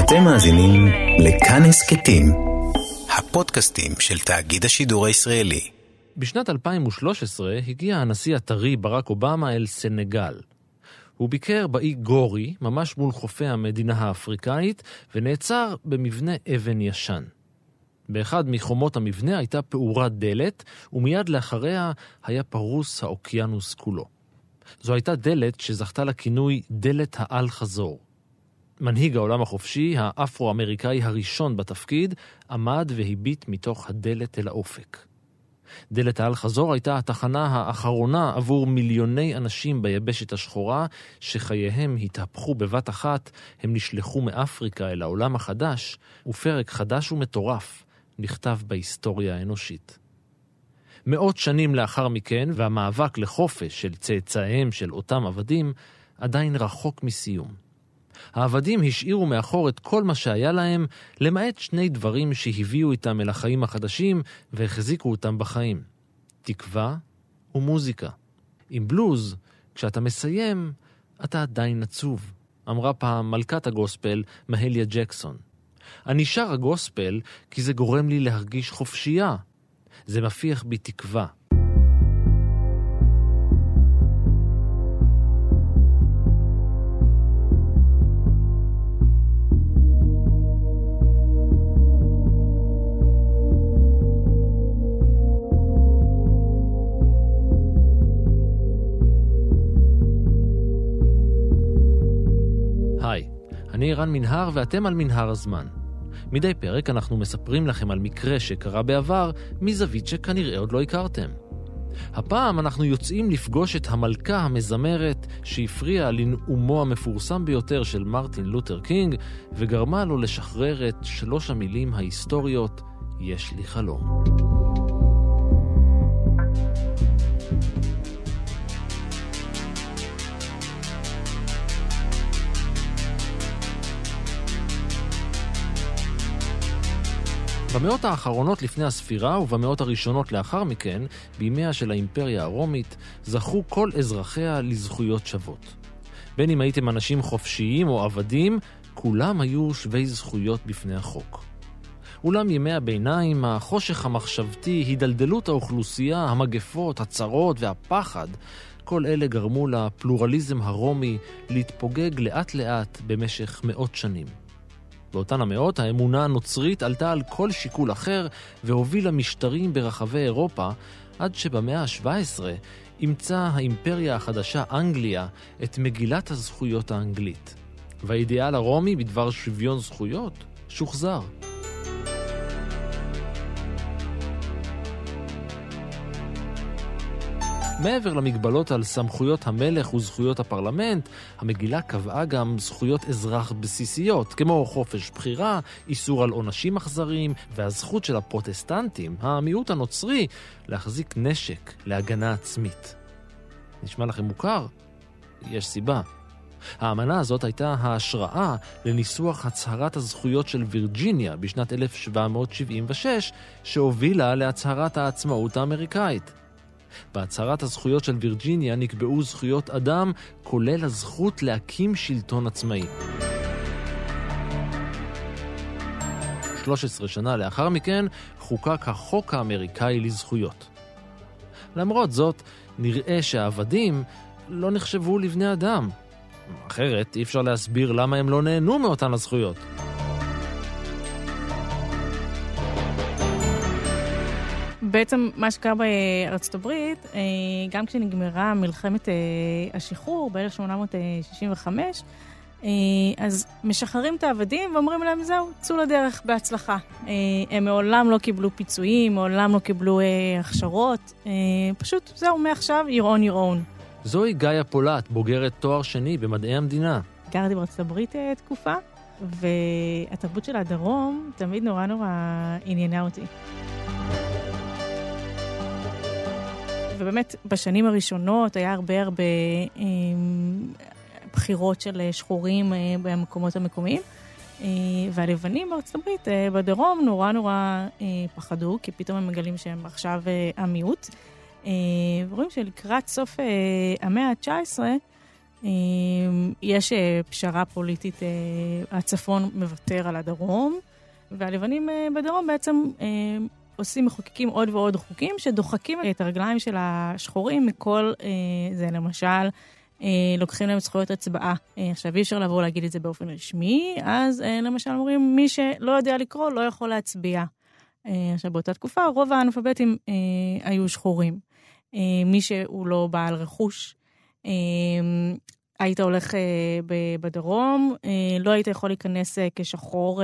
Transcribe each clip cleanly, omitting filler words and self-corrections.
אתם מאזינים לכאן הסכתים, הפודקאסטים של תאגיד השידור הישראלי. בשנת 2013 הגיע הנשיא הטרי ברק אובמה אל סנגל. הוא ביקר באי גורי, ממש מול חופי המדינה האפריקאית, ונעצר במבנה אבן ישן. באחד מחומות המבנה הייתה פעורת דלת, ומיד לאחריה היה פרוס האוקיינוס כולו. זו הייתה דלת שזכתה לכינוי דלת האל חזור. מנהיג העולם החופשי, האפרו-אמריקאי הראשון בתפקיד, עמד והביט מתוך הדלת אל האופק. דלת האל חזור הייתה התחנה האחרונה עבור מיליוני אנשים ביבשת השחורה, שחייהם התהפכו בבת אחת, הם נשלחו מאפריקה אל העולם החדש, ופרק חדש ומטורף נכתב בהיסטוריה האנושית. מאות שנים לאחר מכן, והמאבק לחופש של צאצאיהם של אותם עבדים, עדיין רחוק מסיום. העבדים השאירו מאחור את כל מה שהיה להם, למעט שני דברים שהביאו איתם אל החיים החדשים והחזיקו אותם בחיים. תקווה ומוזיקה. עם בלוז, כשאתה מסיים, אתה עדיין עצוב, אמרה פעם מלכת הגוספל, מהליה ג'קסון. אני שר הגוספל כי זה גורם לי להרגיש חופשייה. זה מפיח בי תקווה. היי, אני ערן מנהר ואתם על מנהר הזמן. מדי פרק אנחנו מספרים לכם על מקרה שקרה בעבר מזווית שכנראה עוד לא הכרתם. הפעם אנחנו יוצאים לפגוש את המלכה המזמרת שהפריעה לנאומו המפורסם ביותר של מרטין לותר קינג וגרמה לו לשחרר את 3 המילים ההיסטוריות יש לי חלום. במאות האחרונות לפני הספירה ובמאות הראשונות לאחר מכן, בימיה של האימפריה הרומית, זכו כל אזרחיה לזכויות שוות. בין אם הייתם אנשים חופשיים או עבדים, כולם היו שווי זכויות בפני החוק. אולם ימי הביניים, החושך המחשבתי, הידלדלות האוכלוסייה, המגפות, הצרות והפחד, כל אלה גרמו לפלורליזם הרומי להתפוגג לאט לאט במשך מאות שנים. באותן המאות, האמונה הנוצרית עלתה על כל שיקול אחר והובילה משטרים ברחבי אירופה, עד שבמאה ה-17 אימצה האימפריה החדשה אנגליה את מגילת הזכויות האנגלית. והאידיאל הרומי בדבר שוויון זכויות שוחזר. מעבר למגבלות על סמכויות המלך וזכויות הפרלמנט, המגילה קבעה גם זכויות אזרח בסיסיות, כמו חופש בחירה, איסור על עונשים אכזריים, והזכות של הפרוטסטנטים, המיעוט הנוצרי, להחזיק נשק להגנה עצמית. נשמע לכם מוכר? יש סיבה. האמנה הזאת הייתה ההשראה לניסוח הצהרת הזכויות של וירג'יניה בשנת 1776, שהובילה להצהרת העצמאות האמריקאית. בהצהרת הזכויות של וירג'יניה נקבעו זכויות אדם, כולל הזכות להקים שלטון עצמאי. 13 שנה לאחר מכן חוקק החוק האמריקאי לזכויות. למרות זאת, נראה שהעבדים לא נחשבו לבני אדם. אחרת אי אפשר להסביר למה הם לא נהנו מאותן הזכויות. בעצם מה שקרה בארצות הברית, גם כשנגמרה מלחמת השחרור ב-1865, אז משחררים את העבדים ואומרים להם זהו, צאו לדרך בהצלחה. הם מעולם לא קיבלו פיצויים, מעולם לא קיבלו הכשרות, פשוט זהו, מעכשיו you're on your own. זוהי גאיה פולט, בוגרת תואר שני במדעי המדינה. גרתי בארצות הברית תקופה, והתרבות של הדרום תמיד נורא עניינה אותי. ובאמת בשנים הראשונות היה הרבה בחירות של שחורים במקומות המקומיים, והלבנים בארצות הברית בדרום נורא פחדו, כי פתאום הם מגלים שהם עכשיו המיעוט. ורואים שלקראת סוף המאה ה-19 יש פשרה פוליטית, הצפון מוותר על הדרום, והלבנים בדרום בעצם מחוקקים עוד ועוד חוקים שדוחקים את הרגליים של השחורים מכל זה. למשל, לוקחים להם זכויות הצבעה. עכשיו אי אפשר לבוא להגיד את זה באופן רשמי, אז למשל אומרים, מי שלא יודע לקרוא לא יכול להצביע. עכשיו באותה תקופה רוב האנאלפביתים היו שחורים. מי שהוא לא בעל רכוש, היית הולך בדרום, לא היית יכול להיכנס כשחור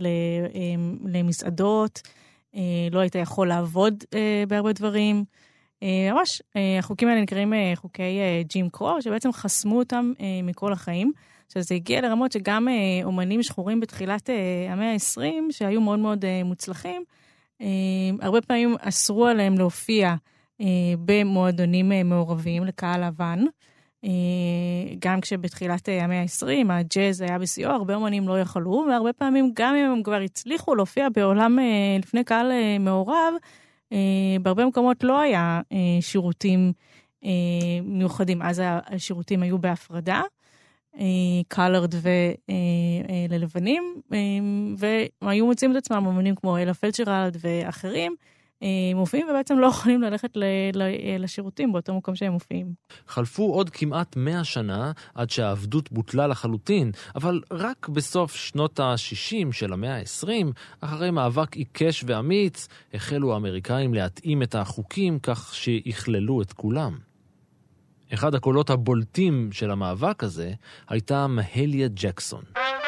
למסעדות, לא היית יכול לעבוד בהרבה דברים. ממש, החוקים האלה נקראים חוקי ג'ים קרו, שבעצם חסמו אותם מכל החיים. עכשיו זה הגיע לרמות שגם אומנים שחורים בתחילת המאה ה-20, שהיו מאוד מאוד מוצלחים, הרבה פעמים אסרו עליהם להופיע במועדונים מעורבים לקהל לבן. גם כשבתחילת המאה ה-20 הג'אז היה בשיאו, הרבה אומנים לא יכלו, והרבה פעמים גם אם הם כבר הצליחו להופיע בעולם לפני קהל מעורב, בהרבה מקומות לא היה שירותים מיוחדים. אז השירותים היו בהפרדה, קלרד וללבנים, והיו מוצאים את עצמם אומנים כמו אלה פלצ'רלד ואחרים, מופיעים ובעצם לא יכולים ללכת לשירותים באותו מקום שהם מופיעים. חלפו עוד כמעט 100 שנה עד שהעבדות בוטלה לחלוטין, אבל רק בסוף שנות ה-60 של המאה ה-20, אחרי מאבק עיקש ואמיץ, החלו האמריקאים להתאים את החוקים כך שיכללו את כולם. אחד הקולות הבולטים של המאבק הזה הייתה מהליה ג'קסון.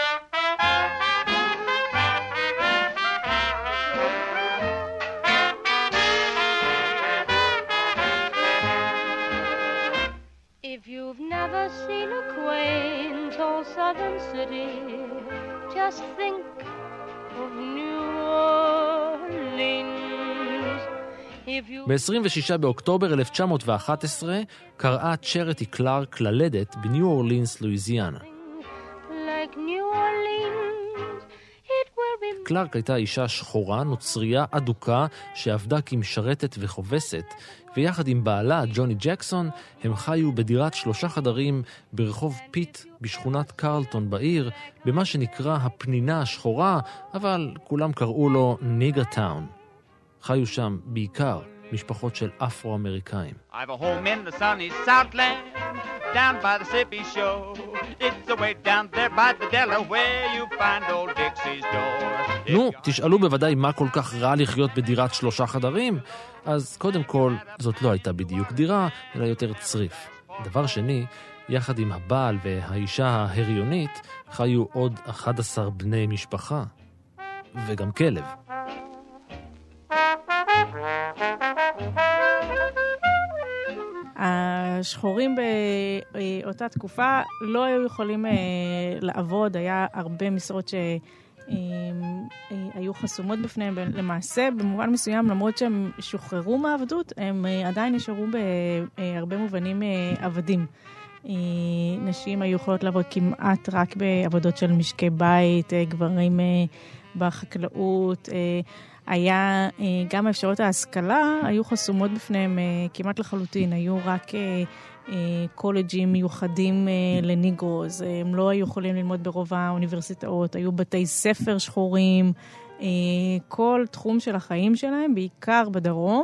If you've never seen a quaint old southern city, just think of New Orleans. ב-26 באוקטובר 1911 קראה צ'ריטי קלארק ללדת בניו אורלינס, לואיזיאנה. קלארק הייתה אישה שחורה, נוצריה, אדוקה, שעבדה כמשרתת וחובסת, ויחד עם בעלה, ג'וני ג'קסון, הם חיו בדירת 3 חדרים ברחוב פיט בשכונת קרלטון בעיר, במה שנקרא הפנינה השחורה, אבל כולם קראו לו ניגה טאון. חיו שם בעיקר משפחות של אפרו-אמריקאים. I have a home in the sunny Southland, down by the Mississippi shore. It's the way down there by the Delaware you find old Dixie's door. נו, תשאלו בוודאי מה כל כך רע לחיות בדירת 3 חדרים? אז קודם כל, זאת לא הייתה בדיוק דירה, אלא יותר צריף. דבר שני, יחד עם הבעל והאישה ההריונית, חיו עוד 11 בני משפחה. וגם כלב. השחורים באותה תקופה לא היו יכולים לעבוד, היה הרבה משרות שהיו חסומות בפניהם. למעשה, במובן מסוים, למרות שהם שוחררו מהעבדות, הם עדיין נשארו בהרבה מובנים עבדים. נשים היו יכולות לעבוד כמעט רק בעבודות של משקי בית, גברים בחקלאות, היה גם האפשרות ההשכלה, היו חסומות בפניהם כמעט לחלוטין, היו רק קולג'ים מיוחדים לניגרוז, הם לא היו יכולים ללמוד ברוב האוניברסיטאות, היו בתי ספר שחורים, כל תחום של החיים שלהם, בעיקר בדרום,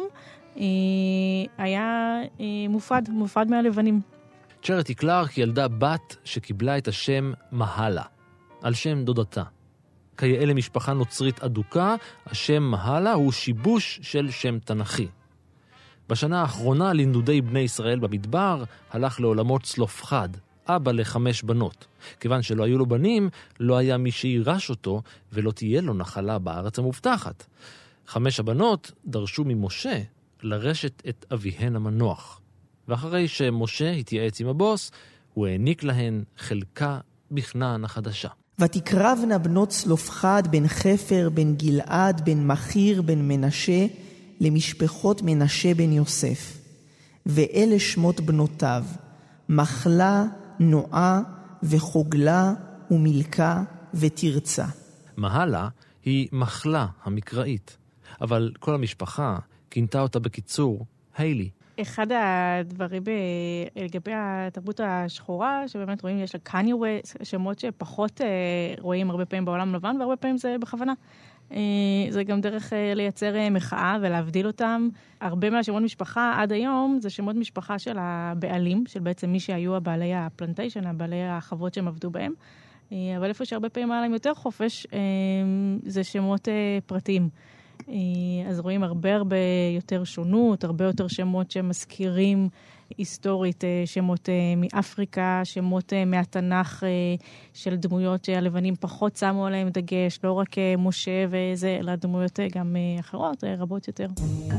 היה מופרד מהלבנים. צ'ריטי קלארק ילדה בת שקיבלה את השם מהלה, על שם דודתה. כיאה למשפחה נוצרית אדוקה, השם מהלה הוא שיבוש של שם תנכי. בשנה האחרונה לנדודי בני ישראל במדבר הלך לעולמות צלופחד, אבא ל5 בנות. כיוון שלא היו לו בנים, לא היה מי שירש אותו ולא תהיה לו נחלה בארץ המובטחת. 5 הבנות דרשו ממשה לרשת את אביהן המנוח. ואחרי שמשה התייעץ עם הבוס, הוא העניק להן חלקה בכנען החדשה. ותקרבנה בנות צלופחד בן חפר בן גלעד בן מחיר בן מנשה למשפחות מנשה בן יוסף. ואלה שמות בנותיו, מחלה, נועה וחוגלה ומלכה ותרצה. מהלה היא מחלה המקראית, אבל כל המשפחה כינתה אותה בקיצור היילי. אחד הדברים לגבי התרבות השחורה, שבאמת רואים, יש לה קניה ווסט, שמות שפחות רואים הרבה פעמים בעולם לבן, והרבה פעמים זה בכוונה. זה גם דרך לייצר מחאה ולהבדיל אותם. הרבה מהשמות משפחה עד היום זה שמות משפחה של הבעלים, של בעצם מי שהיו הבעלי הפלנטיישן, הבעלי החוות שהם עבדו בהם. אבל איפה שהרבה פעמים היה להם יותר חופש, זה שמות פרטיים. אז רואים הרבה יותר שונות, הרבה יותר שמות שמזכירים היסטורית, שמות מאפריקה, שמות מהתנ"ך של דמויות שהלבנים פחות שמו עליהם דגש, לא רק משה וזה, אלא דמויות גם אחרות, רבות יותר.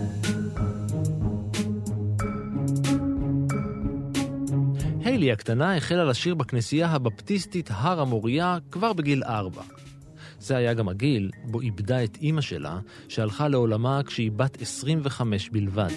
היילי הקטנה החלה לשיר בכנסייה הבפטיסטית הר המוריה כבר בגיל 4. זה היה גם הגיל בו איבדה את אמא שלה, שהלכה לעולמה כשהיא בת 25 בלבד.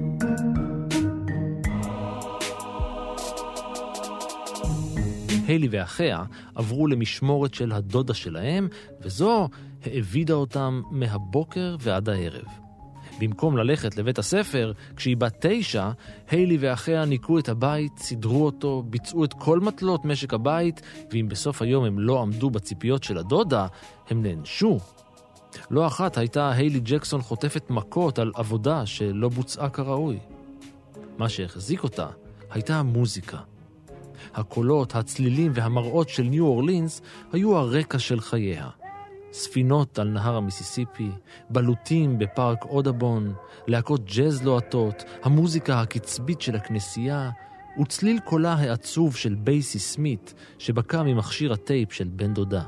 היילי ואחיה עברו למשמורת של הדודה שלהם, וזו העבידה אותם מהבוקר ועד הערב. במקום ללכת לבית הספר, כשהיא בת 9, היילי ואחיה ניקו את הבית, סידרו אותו, ביצעו את כל מטלות משק הבית, ואם בסוף היום הם לא עמדו בציפיות של הדודה, הם נענשו. לא אחת הייתה היילי ג'קסון חוטפת מכות על עבודה שלא בוצעה כראוי. מה שהחזיק אותה הייתה המוזיקה. הקולות, הצלילים והמראות של ניו אורלינס היו הרקע של חייה. ספינות על נהר המיסיסיפי, בלוטים בפארק אודבון, להקות ג'אז לוהטות, המוזיקה הקצבית של הכנסייה, וצליל קולה העצוב של בייסי סמית, שבקע ממכשיר הטייפ של בן דודה.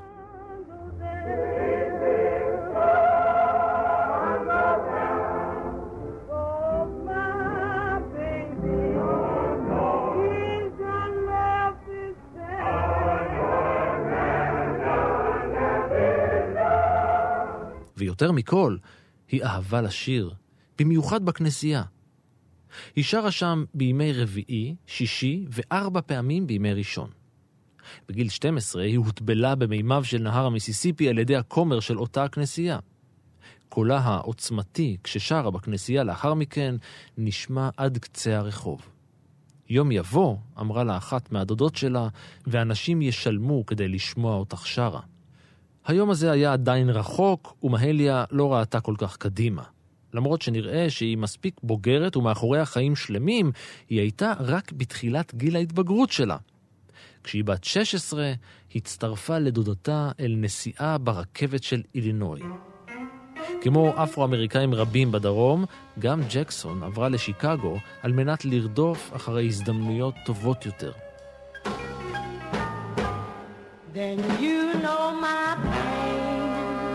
ויותר מכל, היא אהבה לשיר, במיוחד בכנסייה. היא שרה שם בימי רביעי, שישי ו4 פעמים בימי ראשון. בגיל 12 היא הוטבלה במימיו של נהר המיסיסיפי על ידי הכומר של אותה הכנסייה. קולה העוצמתי כששרה בכנסייה לאחר מכן נשמע עד קצה הרחוב. יום יבוא, אמרה לה אחת מהדודות שלה, ואנשים ישלמו כדי לשמוע אותך שרה. היום הזה היה עדיין רחוק, ומהליה לא ראתה כל כך קדימה. למרות שנראה שהיא מספיק בוגרת ומאחורי החיים שלמים, היא הייתה רק בתחילת גיל ההתבגרות שלה. כשהיא בת 16, הצטרפה לדודתה אל נסיעה ברכבת של אילינוי. כמו אפרו-אמריקאים רבים בדרום, גם ג'קסון עברה לשיקגו על מנת לרדוף אחרי הזדמנויות טובות יותר. Then you know my pain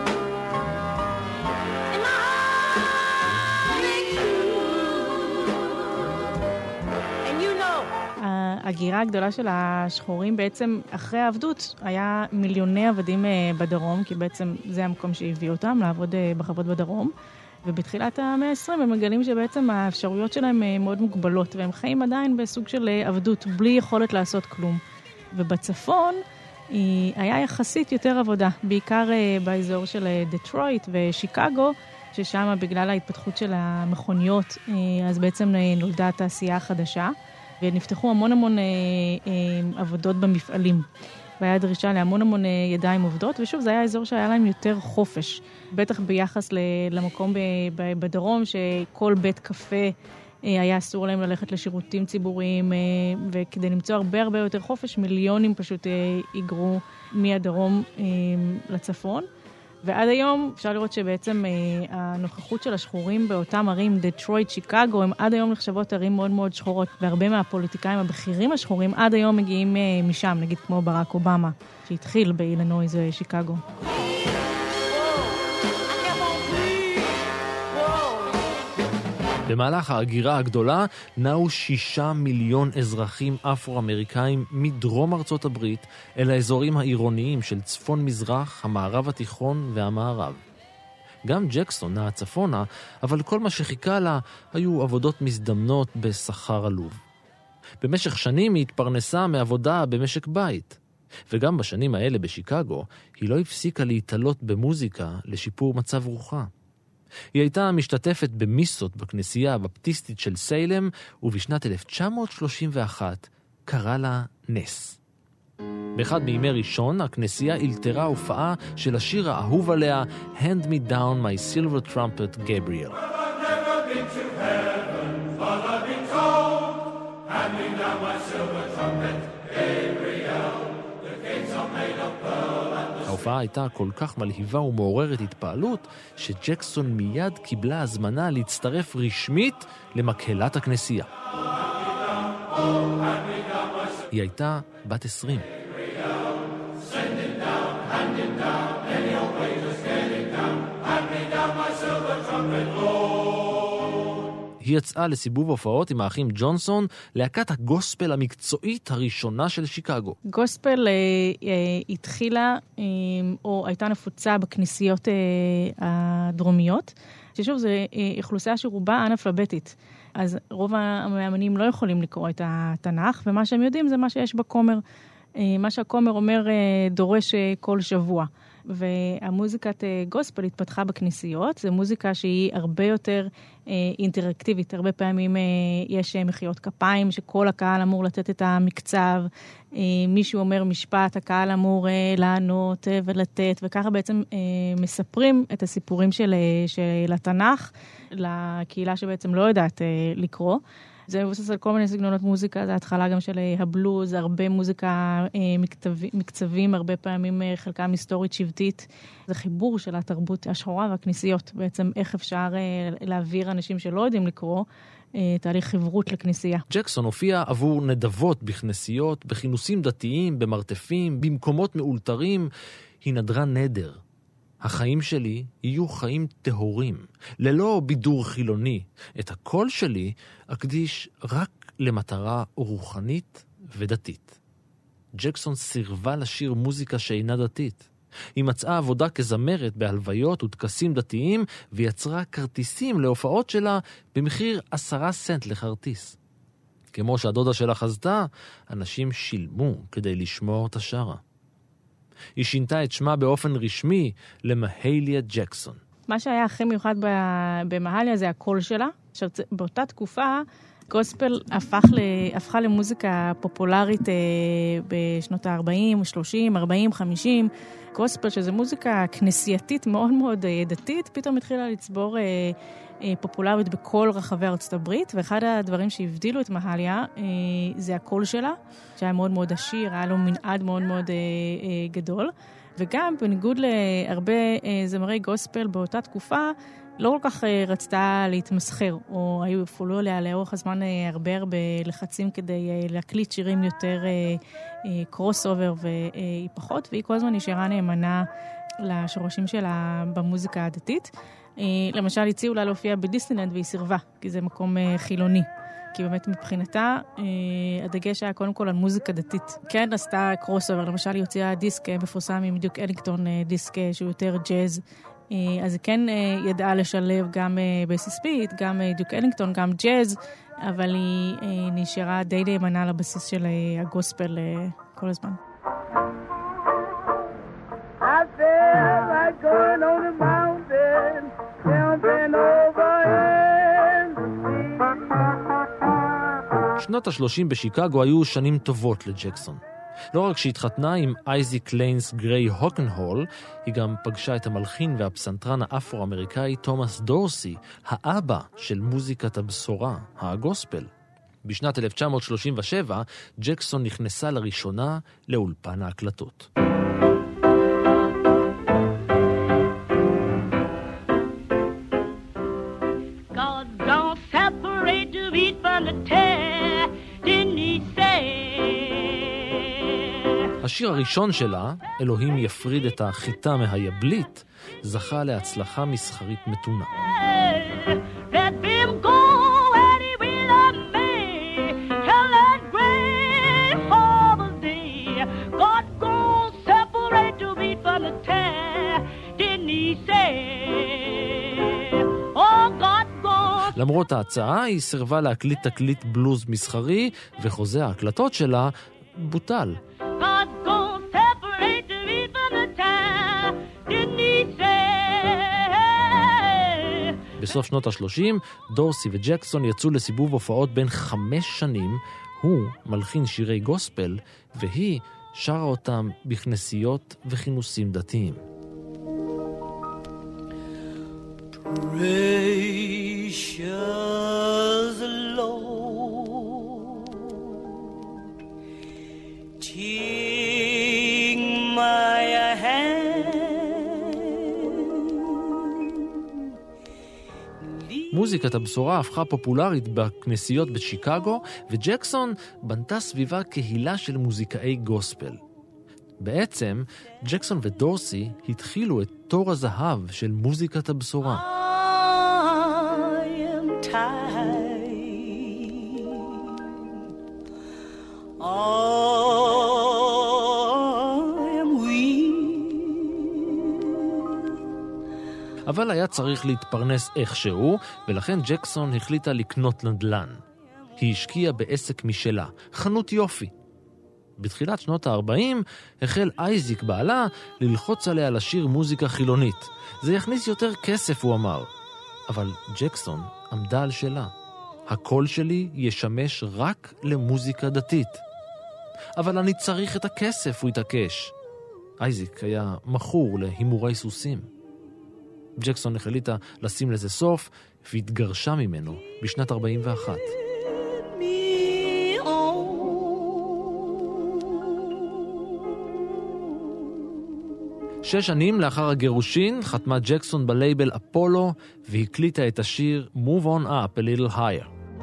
and my heart aches too. And you know הגירה הגדולה של השחורים בעצם אחרי העבדות היה מיליוני עבדים בדרום, כי בעצם זה המקום שהביא אותם לעבוד בחוות בדרום. ובתחילת המאה ה-20 הם מגלים שבעצם האפשרויות שלהם מאוד מוגבלות, והם חיים עדיין בסוג של עבדות, בלי יכולת לעשות כלום. ובצפון היה יחסית יותר עבודה, בעיקר באזור של דטרויט ושיקגו, ששם בגלל ההתפתחות של המכוניות, אז בעצם נולדה התעשייה החדשה, ונפתחו המון עבודות במפעלים. והיה דרישה להמון ידיים עובדות, ושוב, זה היה אזור שהיה להם יותר חופש, בטח ביחס למקום בדרום, שכל בית קפה היה אסור להם ללכת לשירותים ציבוריים, וכדי למצוא הרבה יותר חופש, מיליונים פשוט היגרו מהדרום לצפון. ועד היום אפשר לראות שבעצם הנוכחות של השחורים באותם ערים, דטרויט, שיקגו, הם עד היום נחשבות ערים מאוד מאוד שחורות, והרבה מהפוליטיקאים הבכירים השחורים עד היום מגיעים משם, נגיד כמו ברק אובמה, שהתחיל באילינוי, זה שיקגו. במהלך ההגירה הגדולה נעו 6 מיליון אזרחים אפרו-אמריקאים מדרום ארצות הברית אל האזורים העירוניים של צפון מזרח, המערב התיכון והמערב. גם ג'קסון נעה צפונה, אבל כל מה שחיכה לה היו עבודות מזדמנות בשכר עלוב. במשך שנים היא התפרנסה מעבודה במשק בית. וגם בשנים האלה בשיקגו היא לא הפסיקה להתעלות במוזיקה לשיפור מצב רוחה. היא הייתה משתתפת במיסות בכנסייה הבפטיסטית של סיילם, ובשנת 1931 קרא לה נס. באחד מימי ראשון, הכנסייה אלתרה הופעה של השיר האהוב עליה, Hand Me Down My Silver Trumpet, Gabriel. ההופעה הייתה כל כך מלהיבה ומעוררת התפעלות, שג'קסון מיד קיבלה הזמנה להצטרף רשמית למקהלת הכנסייה. היא הייתה בת 20. היא יצאה לסיבוב הופעות עם האחים ג'ונסון, להקת הגוספל המקצועית הראשונה של שיקגו. גוספל התחילה או הייתה נפוצה בכנסיות הדרומיות, ששוב, זו אוכלוסייה שרובה אנאלפביתית. אז רוב המאמינים לא יכולים לקרוא את התנ"ך, ומה שהם יודעים זה מה שיש בכומר. מה שהכומר אומר דורש כל שבוע. והמוזיקת גוספל התפתחה בכנסיות, זו מוזיקה שהיא הרבה יותר אינטראקטיבית. הרבה פעמים יש מחיאות כפיים, שכל הקהל אמור לתת את המקצב, מישהו אומר משפט, הקהל אמור לענות ולתת, וככה בעצם מספרים את הסיפורים של התנ"ך, לקהילה שבעצם לא יודעת לקרוא. זה מבוסס על כל מיני סגנונות מוזיקה, זה התחלה גם של הבלוז, הרבה מוזיקה מקצבים, הרבה פעמים חלקם היסטורית שבטית. זה חיבור של התרבות השחורה והכנסיות, בעצם איך אפשר להעביר אנשים שלא יודעים לקרוא, תהליך חברות לכנסייה. ג'קסון הופיע עבור נדבות בכנסיות, בכינוסים דתיים, במרתפים, במקומות מאולתרים. היא נדרה נדר. החיים שלי יהיו חיים טהורים, ללא בידור חילוני. את הקול שלי אקדיש רק למטרה רוחנית ודתית. ג'קסון סירבה לשיר מוזיקה שאינה דתית. היא מצאה עבודה כזמרת בהלוויות וטקסים דתיים, ויצרה כרטיסים להופעות שלה במחיר 10 סנט לכרטיס. כמו שהדודה שלה חזתה, אנשים שילמו כדי לשמוע אותה שרה. היא שינתה את שמה באופן רשמי למהליה ג'קסון. מה שהיה הכי מיוחד במהליה זה הקול שלה. עכשיו, באותה תקופה, גוספל הפכה למוזיקה פופולרית בשנות ה-40, 30, 40, 50. גוספל, שזו מוזיקה כנסייתית מאוד מאוד דתית, פתאום התחילה לצבור פופולרית בכל רחבי ארצות הברית, ואחד הדברים שהבדילו את מהליה זה הקול שלה, שהיה מאוד מאוד עשיר, היה לו מנעד מאוד מאוד גדול, וגם בניגוד להרבה זמרי גוספל באותה תקופה, לא כל כך רצתה להתמסחר, או היו הפעולו עליה לאורך הזמן הרבה לחצים כדי להקליט שירים יותר קרוס אובר והיא פחות, והיא כל הזמן נשארה נאמנה לשורשים שלה במוזיקה הדתית. למשל, הציעו לה להופיע בדיסנילנד והיא סירבה, כי זה מקום חילוני. כי באמת מבחינתה, הדגש היה קודם כל על מוזיקה דתית. כן, עשתה קרוס אובר, למשל היא הוציאה דיסק מפורסם עם דיוק אלינגטון, דיסק שהוא יותר ג'אז, אז היא כן ידעה לשלב גם בסיספית, גם דיוק אלינגטון, גם ג'אז, אבל היא נשארה די נאמנה לבסיס של הגוספל כל הזמן. I feel like going on the mountain, jumping over in. שנות ה-30 בשיקגו היו שנים טובות לג'קסון. לא רק שהתחתנה עם אייזיק ליינס גריי הוקנהול, היא גם פגשה את המלחין והפסנתרן האפרו-אמריקאי תומאס דורסי, האבא של מוזיקת הבשורה, הגוספל. בשנת 1937, ג'קסון נכנסה לראשונה לאולפן ההקלטות. God don't separate the wheat from the tare, didn't he say? השיר הראשון שלה, אלוהים יפריד את החיטה מהיבלית, זכה להצלחה מסחרית מתונה. Let him go anywhere I may, tell that great Father's Day. God don't separate the wheat from the tare, didn't he say? Oh, God goes. למרות ההצעה, היא סירבה להקליט תקליט בלוז מסחרי, וחוזה ההקלטות שלה בוטל. God goes separate the wheat from the tare, didn't he say? בסוף שנות ה-30, דורסי וג'קסון יצאו לסיבוב הופעות בין 5 שנים, הוא מלחין שירי גוספל, והיא שרה אותם בכנסיות וכינוסים דתיים. Precious Lord, take my hand. מוזיקת הבשורה הפכה פופולרית בכנסיות בשיקגו, וג'קסון בנתה סביבה קהילה של מוזיקאי גוספל. בעצם, ג'קסון ודורסי התחילו את תור הזהב של מוזיקת הבשורה. I am tired. I am weak. אבל היה צריך להתפרנס איכשהו, ולכן ג'קסון החליטה לקנות נדל"ן. היא השקיעה בעסק משלה, חנות יופי. בתחילת שנות ה-40 החל אייזיק בעלה ללחוץ עליה לשיר מוזיקה חילונית. זה יכניס יותר כסף, הוא אמר. אבל ג'קסון עמדה על שלה. הקול שלי ישמש רק למוזיקה דתית. אבל אני צריך את הכסף, הוא התעקש. אייזיק היה מכור להימורי סוסים. ג'קסון החליטה לשים לזה סוף, והתגרשה ממנו בשנת 41. 6 שנים לאחר הגירושין חתמה ג'קסון בלייבל אפולו והקליטה את השיר Move On Up a Little Higher.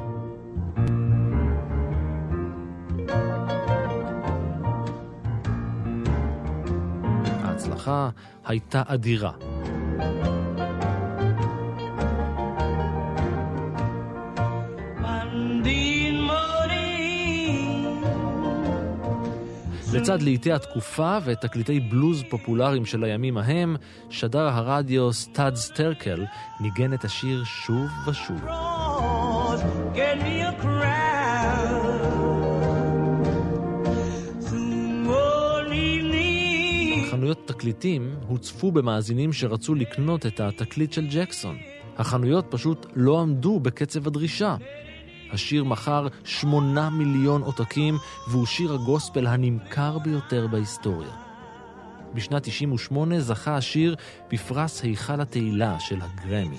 ההצלחה הייתה אדירה. לצד לעיתי התקופה ותקליטי בלוז פופולריים של הימים ההם, שדר הרדיו סטאד סטרקל ניגן את השיר שוב ושוב. חנויות תקליטים הוצפו במאזינים שרצו לקנות את התקליט של ג'קסון. החנויות פשוט לא עמדו בקצב הדרישה. השיר מכר 8 מיליון עותקים, והוא שיר הגוספל הנמכר ביותר בהיסטוריה. בשנת 98 זכה השיר בפרס היכל התהילה של הגרמי.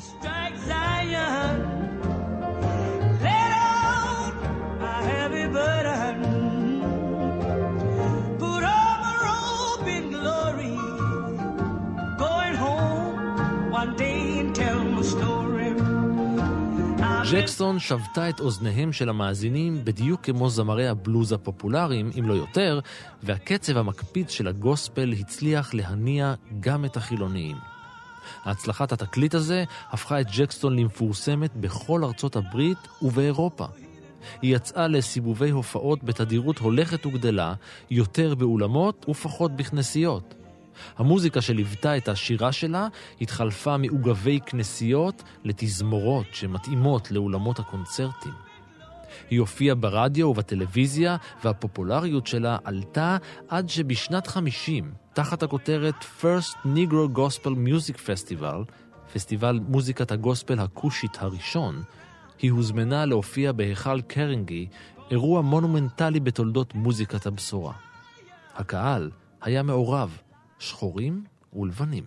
ג'קסון שבתה את אוזניהם של המאזינים בדיוק כמו זמרי הבלוז הפופולריים, אם לא יותר, והקצב המקפיד של הגוספל הצליח להניע גם את החילוניים. הצלחת התקליט הזה הפכה את ג'קסון למפורסמת בכל ארצות הברית ובאירופה. היא יצאה לסיבובי הופעות בתדירות הולכת וגדלה, יותר באולמות ופחות בכנסיות. המוזיקה שליוותה את השירה שלה התחלפה מעוגבי כנסיות לתזמורות שמתאימות לאולמות הקונצרטים. היא הופיעה ברדיו ובטלוויזיה, והפופולריות שלה עלתה עד שבשנת 50, תחת הכותרת First Negro Gospel Music Festival, פסטיבל מוזיקת הגוספל הקושית הראשון, היא הוזמנה להופיע בהיכל קרנגי, אירוע מונומנטלי בתולדות מוזיקת הבשורה. הקהל היה מעורב, שחורים ולבנים.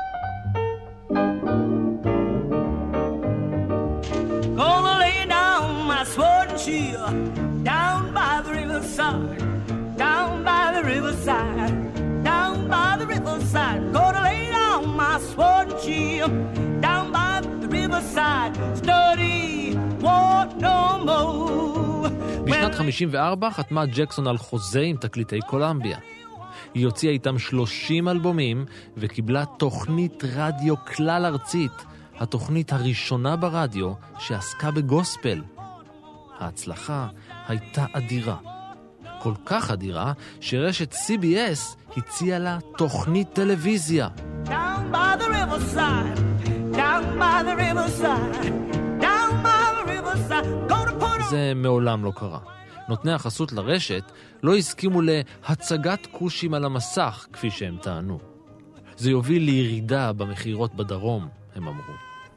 Gonna lay down my sword and shield down by the riverside, down by the riverside, down by the riverside. Gonna lay down my sword and shield down by the riverside. Study, want no more. בשנת 54 חתמה ג'קסון על חוזה עם תקליטי קולומביה. היא הוציאה איתם 30 אלבומים וקיבלה תוכנית רדיו כלל ארצית, התוכנית הראשונה ברדיו שעסקה בגוספל. ההצלחה הייתה אדירה. כל כך אדירה שרשת CBS הציעה לה תוכנית טלוויזיה. Down by the riverside, down by the riverside, down by the riverside. Go to put זה מעולם לא קרה. נותני החסות לרשת לא הסכימו להצגת קושים על המסך, כפי שהם טענו. זה יוביל לירידה במחירות בדרום, הם אמרו.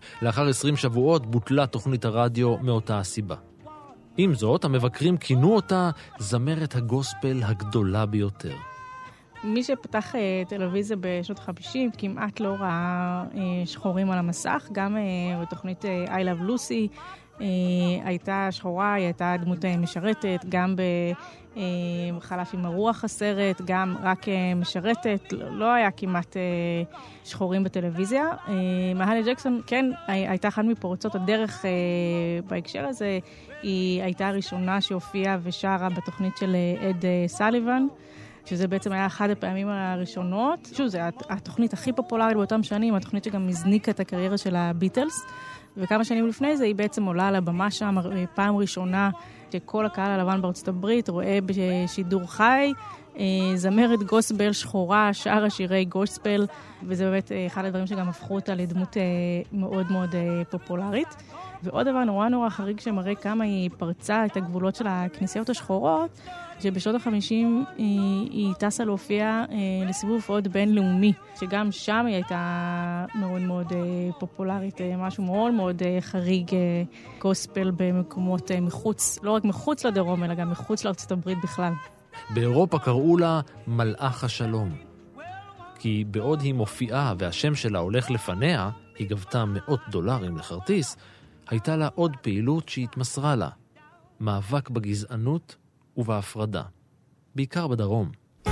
לאחר 20 שבועות בוטלה תוכנית הרדיו מאותה הסיבה. עם זאת, המבקרים כינו אותה זמרת הגוספל הגדולה ביותר. מי שפתח טלוויזיה בשנות ה-50 כמעט לא ראה שחורים על המסך, גם בתוכנית I Love Lucy הייתה שחורה, היא הייתה דמות משרתת, גם בחלף עם הרוח הסרט, גם רק משרתת, לא היה כמעט שחורים בטלוויזיה. מהלי ג'קסון כן הייתה אחת מפורצות הדרך בהקשר הזה, היא הייתה הראשונה שהופיעה ושרה בתוכנית של אד סליבן, שזה בעצם היה אחד הפעמים הראשונות. שוב, זו התוכנית הכי פופולרית באותם שנים, התוכנית שגם הזניקה את הקריירה של הביטלס, וכמה שנים לפני זה היא בעצם עולה על הבמה שם פעם ראשונה שכל הקהל הלבן בארצות הברית רואה בשידור חי זמרת גוספל שחורה, שרה שירי גוספל, וזה באמת אחד הדברים שגם הפכו אותה לדמות מאוד מאוד פופולרית. ועוד דבר נורא חריג שמראה כמה היא פרצה את הגבולות של הכנסיות השחורות, שבשנות ה-50 היא טסה להופיע לסיבוב הופעות בינלאומי, שגם שם היא הייתה מאוד מאוד פופולרית, משהו מאוד מאוד חריג, גוספל במקומות מחוץ, לא רק מחוץ לדרום, אלא גם מחוץ לארצות הברית בכלל. באירופה קראו לה מלאך השלום. כי בעוד היא מופיעה והשם שלה הולך לפניה, היא גבתה $100 לכרטיס, הייתה לה עוד פעילות שהתמסרה לה. מאבק בגזענות ובהפרדה. בעיקר בדרום.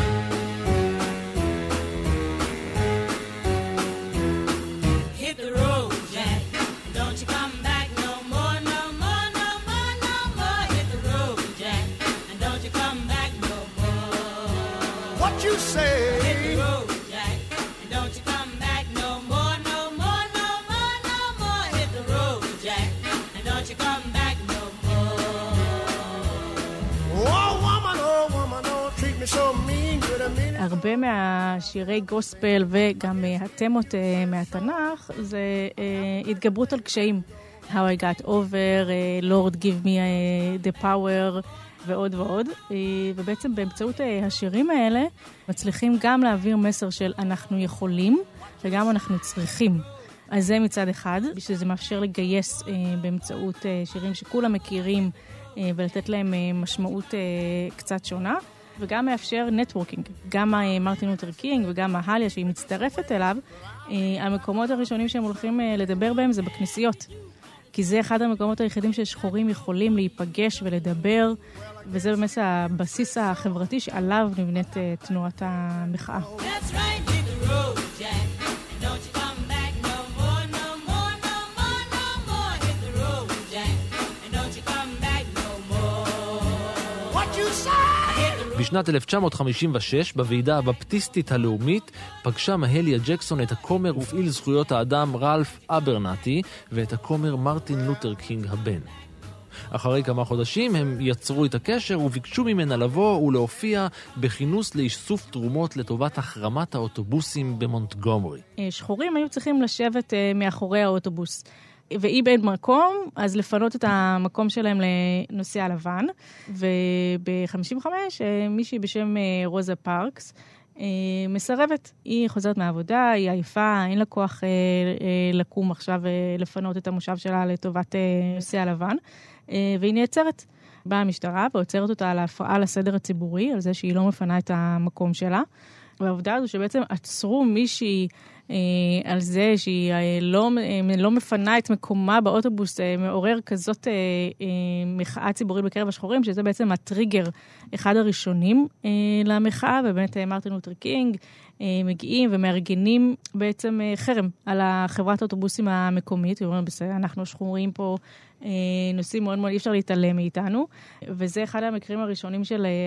הרבה מהשירי גוספל וגם התמות מהתנ"ך זה התגברות על קשיים. How I got over, Lord give me the power ועוד ועוד. ובעצם באמצעות השירים האלה מצליחים גם להעביר מסר של אנחנו יכולים וגם אנחנו צריכים. אז זה מצד אחד, שזה מאפשר לגייס באמצעות שירים שכולם מכירים ולתת להם משמעות קצת שונה. וגם מאפשר נטוורקינג. גם מרטין לותר קינג וגם מהליה שהיא מצטרפת אליו, המקומות הראשונים שהם הולכים לדבר בהם זה בכנסיות. כי זה אחד המקומות היחידים ששחורים יכולים להיפגש ולדבר, וזה באמת הבסיס החברתי שעליו נבנית תנועת המחאה. That's right, hit the road, Jack. And don't you come back no more, no more, no more, no more. Hit the road, Jack. And don't you come back no more. What you say? בשנת 1956, בוועידה הבפטיסטית הלאומית, פגשה מהליה ג'קסון את הכומר ופעיל זכויות האדם רלף אברנטי, ואת הכומר מרטין לותר קינג הבן. אחרי כמה חודשים הם יצרו את הקשר וביקשו ממנה לבוא ולהופיע בכינוס לאיסוף תרומות לטובת החרמת האוטובוסים במונטגומרי. שחורים היו צריכים לשבת מאחורי האוטובוס. ואי בין מקום, אז לפנות את המקום שלהם לנוסע לבן. וב-55, מישהי בשם רוזה פארקס מסרבת. היא חוזרת מהעבודה, היא עייפה, אין לה כוח לקום עכשיו ולפנות את המושב שלה לטובת נוסע לבן. והיא נעצרת. באה המשטרה ועוצרת אותה על ההפרעה לסדר הציבורי, על זה שהיא לא מפנה את המקום שלה. והעובדה הזו שבעצם עצרו מישהי על זה שהיא לא מפנה את מקומה באוטובוס, מעורר כזאת מחאה ציבורית בקרב השחורים, שזה בעצם הטריגר אחד הראשונים למחאה, ובאמת מרטין לותר קינג מגיעים ומארגנים בעצם חרם על החברת האוטובוסים המקומית, ואומרים, בסדר, אנחנו שחורים פה, נושאים מאוד מאוד, אי אפשר להתעלם מאיתנו, וזה אחד המקרים הראשונים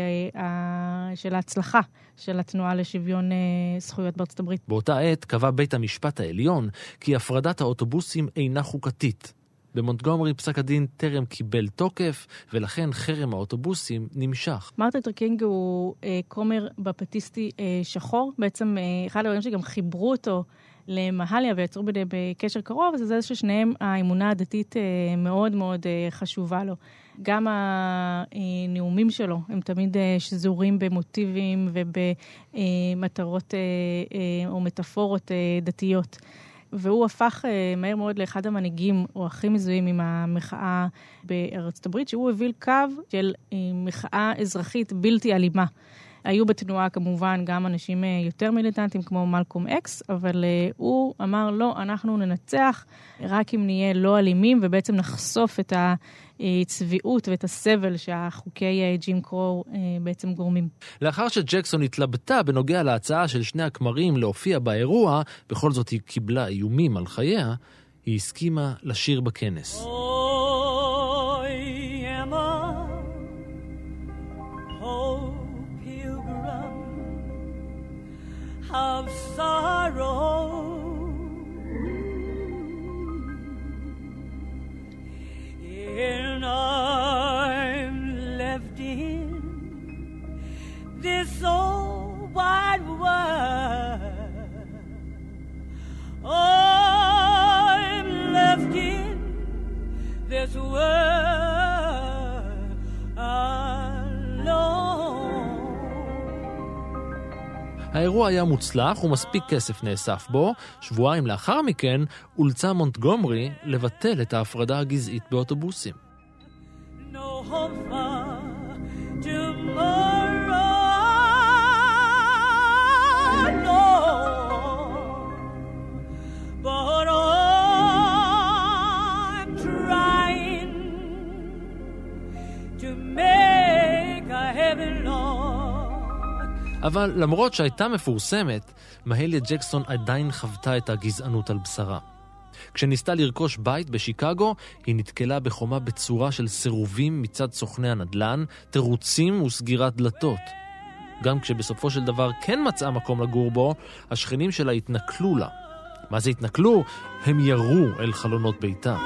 של ההצלחה של התנועה לשוויון זכויות בארצות הברית. באותה עת קבע בית המשפט העליון כי הפרדת האוטובוסים אינה חוקתית. במונטגומרי פסק הדין טרם קיבל תוקף, ולכן חרם האוטובוסים נמשך. מרטין לותר קינג הוא כומר בפטיסטי שחור, בעצם אחד הדברים שגם חיברו אותו למהליה ויצרו בקשר קרוב, זה ששניהם האמונה הדתית מאוד מאוד חשובה לו. גם הנאומים שלו הם תמיד שזורים במוטיבים ובמטרות או מטאפורות דתיות. והוא הפך מהר מאוד לאחד המנהיגים, או הכי מזוהים עם המחאה בארצות הברית, שהוא הוביל קו של מחאה אזרחית בלתי אלימה. היו בתנועה כמובן גם אנשים יותר מיליטנטים כמו מלקום אקס, אבל הוא אמר לא, אנחנו ננצח רק אם נהיה לא אלימים, ובעצם נחשוף את הצביעות ואת הסבל שהחוקי ג'ים קרו בעצם גורמים. לאחר שג'קסון התלבטה בנוגע להצעה של שני הכמרים להופיע באירוע, בכל זאת היא קיבלה איומים על חייה, היא הסכימה לשיר בכנס. Of sorrow, and I'm left in this old wide world. I'm left in this world alone. האירוע היה מוצלח ומספיק כסף נאסף בו. שבועיים לאחר מכן אולצה מונטגומרי לבטל את ההפרדה הגזעית באוטובוסים. No hope for tomorrow, no, but I'm trying to make a heaven, Lord. אבל למרות שהייתה מפורסמת, מהליה ג'קסון עדיין חוותה את הגזענות על בשרה. כשניסתה לרכוש בית בשיקגו, היא נתקלה בחומה בצורה של סירובים מצד סוכני הנדל"ן, תירוצים וסגירת דלתות. גם כשבסופו של דבר כן מצאה מקום לגור בו, השכנים שלה התנכלו לה. מה זה התנכלו? הם ירו אל חלונות ביתה.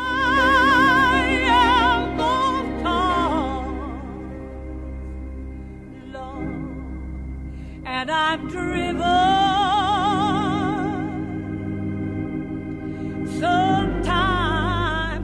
And I'm driven sometime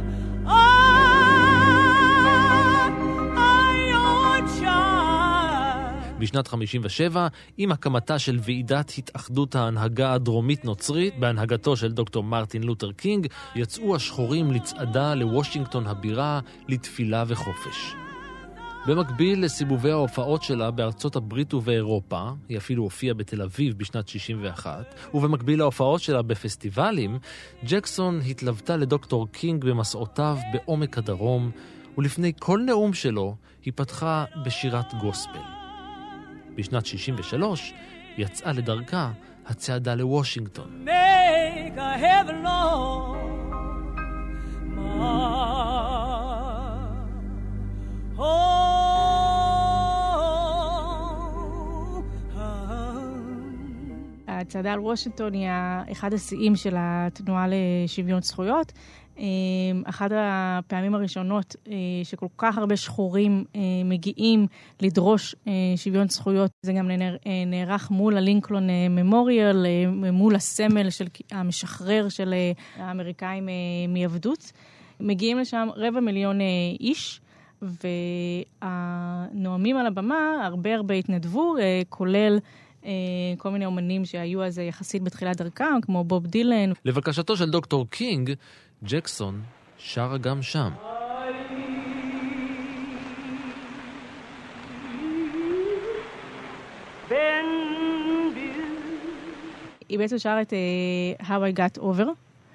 בשנת 57, עם הקמתה של ועידת התאחדות ההנהגה הדרומית נוצרית, בהנהגתו של דוקטור מרטין לותר קינג, יצאו השחורים לצעדה לוושינגטון הבירה, לתפילה וחופש. במקביל לסיבובי ההופעות שלה בארצות הברית ובאירופה, היא אפילו הופיעה בתל אביב בשנת 61, ובמקביל להופעות שלה בפסטיבלים, ג'קסון התלוותה לדוקטור קינג במסעותיו בעומק הדרום, ולפני כל נאום שלו היא פתחה בשירת גוספל. בשנת 63 יצאה לדרכה הצעדה לוושינגטון. Make a heaven, Lord, הצעדה על וושינגטון היא אחד השיאים של התנועה לשוויון זכויות. אחת הפעמים הראשונות שכל כך הרבה שחורים מגיעים לדרוש שוויון זכויות, זה גם נערך מול הלינקולן ממוריאל, מול הסמל של המשחרר של האמריקאים מעבדות. מגיעים לשם 250,000 איש, והנואמים על הבמה הרבה התנדבו, כולל כל מיני אומנים שהיו אז יחסית בתחילת דרכם, כמו בוב דילן. לבקשתו של דוקטור קינג, ג'קסון שרה גם שם. היא בעצם שרה את How I Got Over,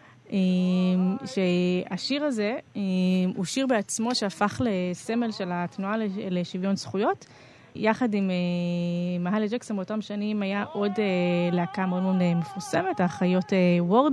שהשיר הזה הוא שיר בעצמו שהפך לסמל של התנועה לשוויון זכויות. יחד עם מהליה ג'קסון באותם שנים היה עוד להקה מאוד מאוד מפורסמת, האחיות וורד,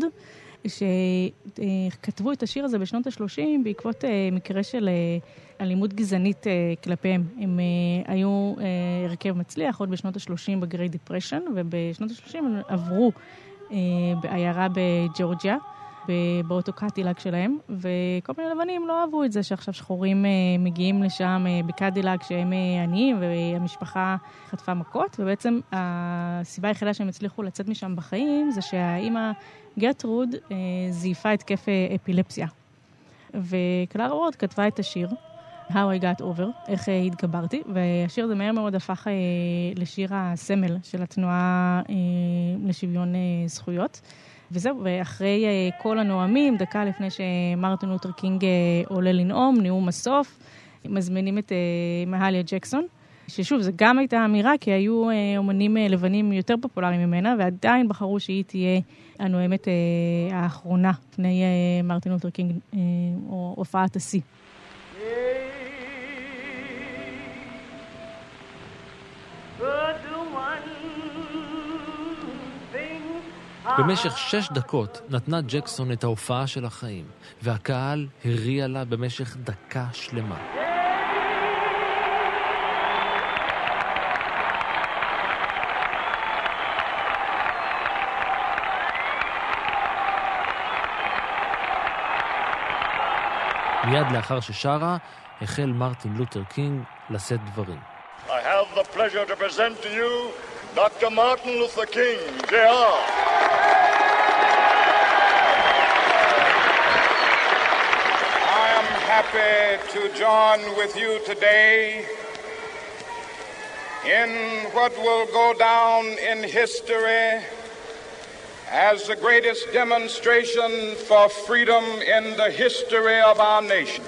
שכתבו את השיר הזה בשנות ה-30 בעקבות מקרה של אלימות גזענית כלפיהם. הם היו הרכב מצליח עוד בשנות ה-30 בגרייט דיפרשן, ובשנות ה-30 הם עברו בעיירה בג'ורג'יה, באוטו קדילאק שלהם, וכל מיני לבנים לא אהבו את זה שעכשיו שחורים מגיעים לשם בקדילאק שהם עניים, והמשפחה חטפה מכות, ובעצם הסיבה היחידה שהם הצליחו לצאת משם בחיים, זה שהאימא גרטרוד זייפה התקף אפילפסיה. וקלרה וורד כתבה את השיר, How I Got Over, איך התגברתי, והשיר הזה מהר מאוד הפך לשיר הסמל של התנועה לשוויון זכויות. וזהו, ואחרי כל הנואמים, דקה לפני שמרטין לותר קינג עולה לנאום, נאום הסוף, מזמינים את מהליה ג'קסון, ששוב, זו גם הייתה אמירה, כי היו אומנים לבנים יותר פופולריים ממנה, ועדיין בחרו שהיא תהיה הנואמת האחרונה, לפני מרטין לותר קינג, או הופעת השיא. במשך 6 דקות נתנה ג'קסון את ההופעה של החיים, והקהל הריע לה במשך דקה שלמה. מיד לאחר ששרה, החל מרטין לותר קינג לשאת דברים. I have the pleasure to present to you Dr. Martin Luther King, Jr. I am happy to join with you today in what will go down in history as the greatest demonstration for freedom in the history of our nation.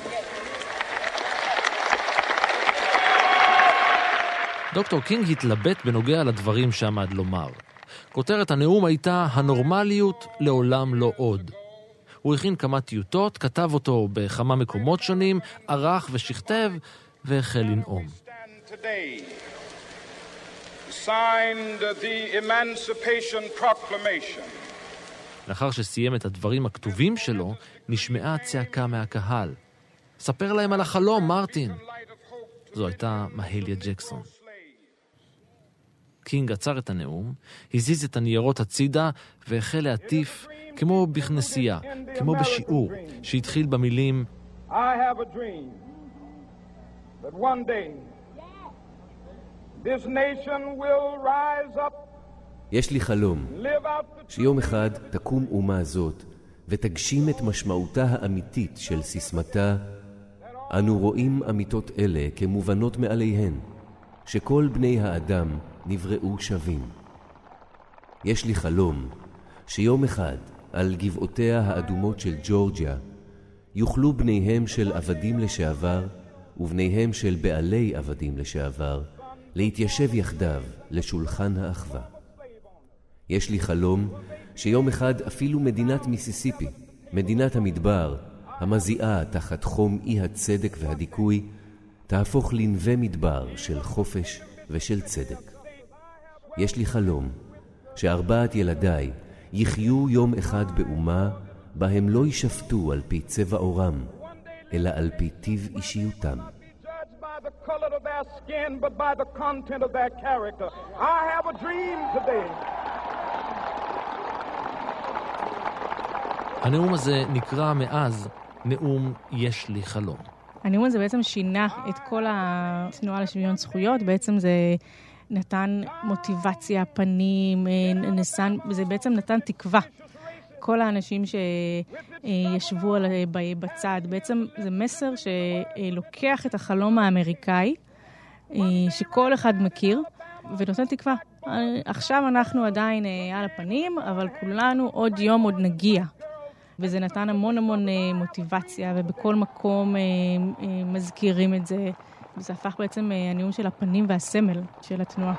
דוקטור קינג התלבט בנוגע לדברים שעמד לומר. כותרת הנאום הייתה הנורמליות לעולם לא עוד. הוא הכין כמה טיוטות, כתב אותו בכמה מקומות שונים, ערך ושכתב והחל לנאום. Signed the Emancipation Proclamation. לאחר שסיים את הדברים הכתובים שלו, נשמעה צעקה מהקהל. ספר להם על החלום, מרטין. זו הייתה מהליה ג'קסון. קינג עצר את הנאום, הזיז את הניירות הצידה והחל להטיף כמו בכנסייה, כמו בשיעור, שהתחיל במילים I have a dream that one day this nation will rise up. יש לי חלום שיום אחד תקום אומה זאת ותגשים את משמעותה האמיתית של סיסמתה. אנו רואים אמיתות אלה כמובנות מעליהן, שכל בני האדם נבראו שווים. יש לי חלום שיום אחד על גבעותיה האדומות של ג'ורג'יה יוכלו בניהם של עבדים לשעבר ובניהם של בעלי עבדים לשעבר להתיישב יחדיו לשולחן האחווה. יש לי חלום שיום אחד אפילו מדינת מיסיסיפי, מדינת המדבר, המזיעה תחת חום אי הצדק והדיכוי, תהפוך לנווה מדבר של חופש ושל צדק. יש לי חלום ש4 ילדיי יחיו יום אחד באומה בה הם לא ישפטו על פי צבע עורם, אלא על פי טיב אישיותם. The color of their skin, but by the content of their character. I have a dream today. הנאום הזה נקרא מאז נאום יש לי חלום. הנאום הזה בעצם שינה את כל התנועה לשוויון זכויות, בעצם זה נתן מוטיבציה, פנים, זה בעצם נתן תקווה. כל האנשים שישבו בצד, בעצם זה מסר שלוקח את החלום האמריקאי, שכל אחד מכיר, ונותן תקווה. עכשיו אנחנו עדיין על הפנים, אבל כולנו עוד יום עוד נגיע. וזה נתן המון המון מוטיבציה, ובכל מקום מזכירים את זה. וזה הפך בעצם הנאום של הפנים והסמל של התנועה.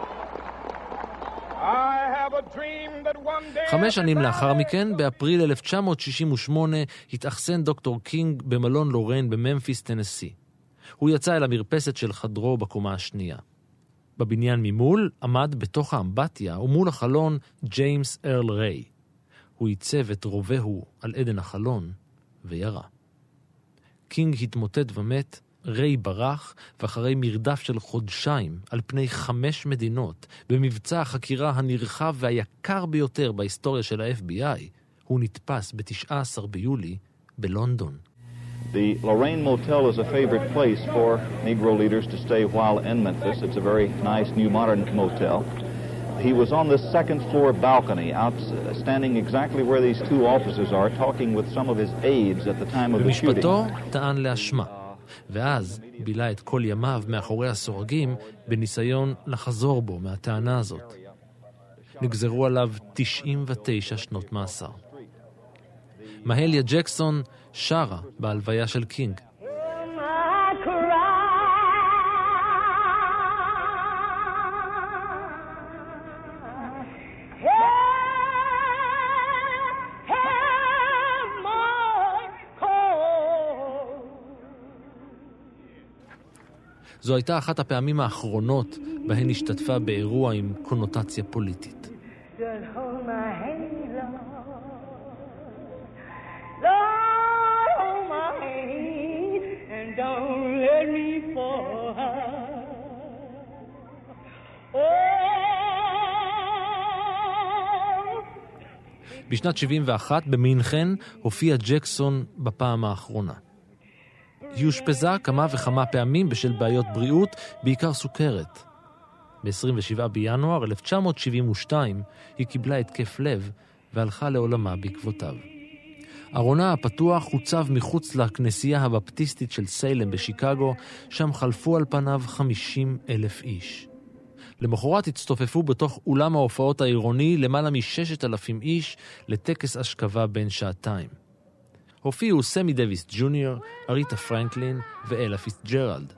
5 שנים לאחר מכן, באפריל 1968, התאכסן דוקטור קינג במלון לוריין בממפיס, טנסי. הוא יצא אל המרפסת של חדרו בקומה השנייה. בבניין ממול עמד בתוך האמבטיה ומול החלון ג'יימס ארל ריי. הוא ייצב את רובהו על עדן החלון וירה. קינג התמוטט ומת, ריי ברח, ואחרי מרדף של חודשיים על פני 5 מדינות, במבצע החקירה הנרחב והיקר ביותר בהיסטוריה של ה-FBI, הוא נתפס ב-19 ביולי בלונדון. The Lorraine Motel is a favorite place for Negro leaders to stay while in Memphis. It's a very nice new modern motel. He was on the 2nd floor balcony, standing exactly where these 2 officers are, talking with some of his aides at the time of the shooting. במשפטו טען לאשמה, ואז בילה את כל ימיו מאחורי הסורגים בניסיון לחזור בו מהטענה הזאת. נגזרו עליו 99 שנות מאסר. מהליה ג'קסון שרה בהלוויה של קינג. זו הייתה אחת הפעמים האחרונות בהן השתתפה באירוע עם קונוטציה פוליטית. בשנת 71 במינכן הופיע ג'קסון בפעם האחרונה. היא הושפזה כמה וכמה פעמים בשל בעיות בריאות, בעיקר סוכרת. ב-27 בינואר 1972 היא קיבלה התקף לב והלכה לעולמה בעקבותיו. ארונה הפתוח הוצב מחוץ לכנסייה הבפטיסטית של סיילם בשיקגו, שם חלפו על פניו 50,000 איש. למחרת הצטופפו בתוך אולם ההופעות העירוני למעלה מ-6,000 איש לטקס אשכבה בן שעתיים. הופיעו סמי דוויס ג'וניור, אריתה פרנקלין ואלה פיצג'רלד.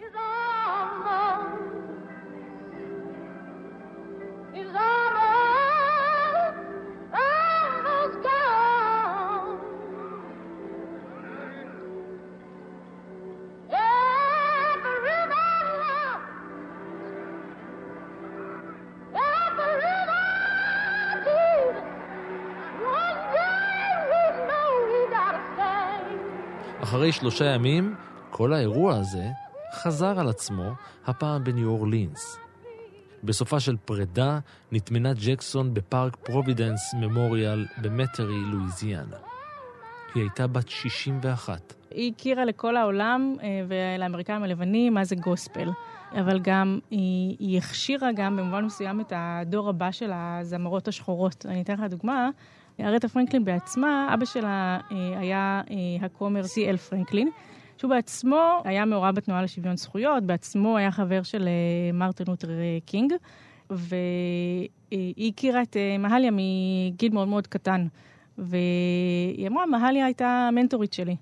אחרי 3 ימים, כל האירוע הזה חזר על עצמו, הפעם בניו אורלינס. בסופה של פרידה נטמנה ג'קסון בפארק פרובידנס ממוריאל במטרי, לואיזיאנה. היא הייתה בת 61. היא הכירה לכל העולם ולאמריקאים הלבנים מה זה גוספל. אבל גם היא הכשירה גם במובן מסוים את הדור הבא של הזמרות השחורות. אני אתן לך דוגמה. אריתה פרנקלין בעצמה, אבא שלה היה הכומר C.L. פרנקלין, שהוא בעצמו היה מעורב בתנועה לשוויון זכויות, בעצמו היה חבר של מרטין לותר קינג, והיא הכירה את מהליה מגיל מאוד מאוד קטן, והיא אמרה, מהליה הייתה המנטורית שלי.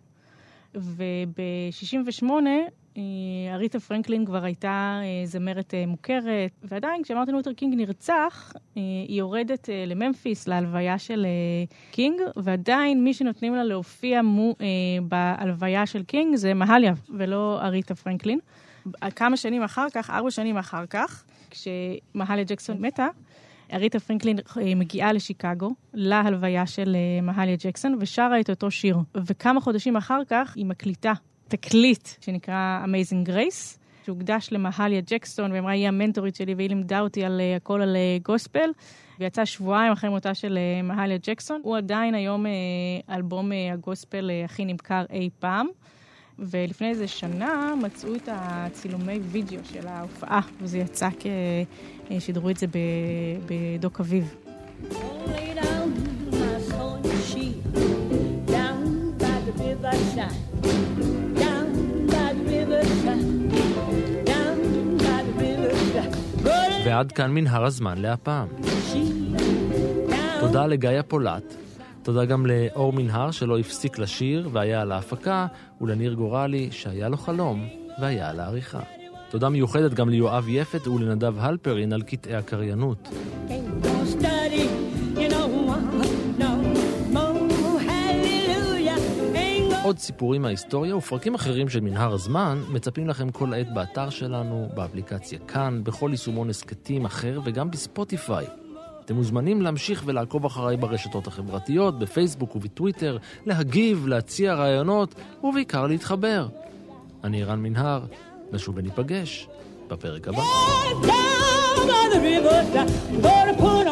וב-68, אריתה פרנקלין כבר הייתה זמרת מוכרת, ועדיין כשמרטין לותר קינג נרצח, היא יורדת לממפיס, להלוויה של קינג, ועדיין מי שנותנים לה להופיע בהלוויה של קינג זה מהליה, ולא אריתה פרנקלין. כמה שנים אחר כך, 4 שנים אחר כך, כשמהליה ג'קסון מתה, אריתה פרנקלין מגיעה לשיקגו, להלוויה של מהליה ג'קסון, ושרה את אותו שיר. וכמה חודשים אחר כך היא מקליטה תקליט שנקרא Amazing Grace, שהוקדש למהליה ג'קסון, ואמרה, היא המנטורית שלי, והיא לימדה אותי על הכל על גוספל, ויצא 2 שבועות אחרי מותה של מהליה ג'קסון. הוא עדיין היום אלבום הגוספל הכי נמכר אי פעם, ולפני איזה שנה מצאו את הצילומי וידאו של ההופעה, וזה יצא שדרו את זה בדוק אביב. ועד כאן מנהר הזמן להפעם. תודה לגיא פולט, תודה גם לאור מנהר שלא הפסיק לשיר והיה על ההפקה, ולניר גורלי שהיה לו חלום והיה על העריכה. תודה מיוחדת גם ליואב יפת ולנדב הלפרין על קטעי הקריינות. עוד סיפורים מההיסטוריה ופרקים אחרים של מנהר הזמן מצפים לכם כל העת באתר שלנו, באפליקציה כאן, בכל יישומון הסקטים אחר וגם בספוטיפיי. אתם מוזמנים להמשיך ולעקוב אחריי ברשתות החברתיות, בפייסבוק ובטוויטר, להגיב, להציע רעיונות ובעיקר להתחבר. אני ערן מנהר, נשוב וניפגש בפרק הבא.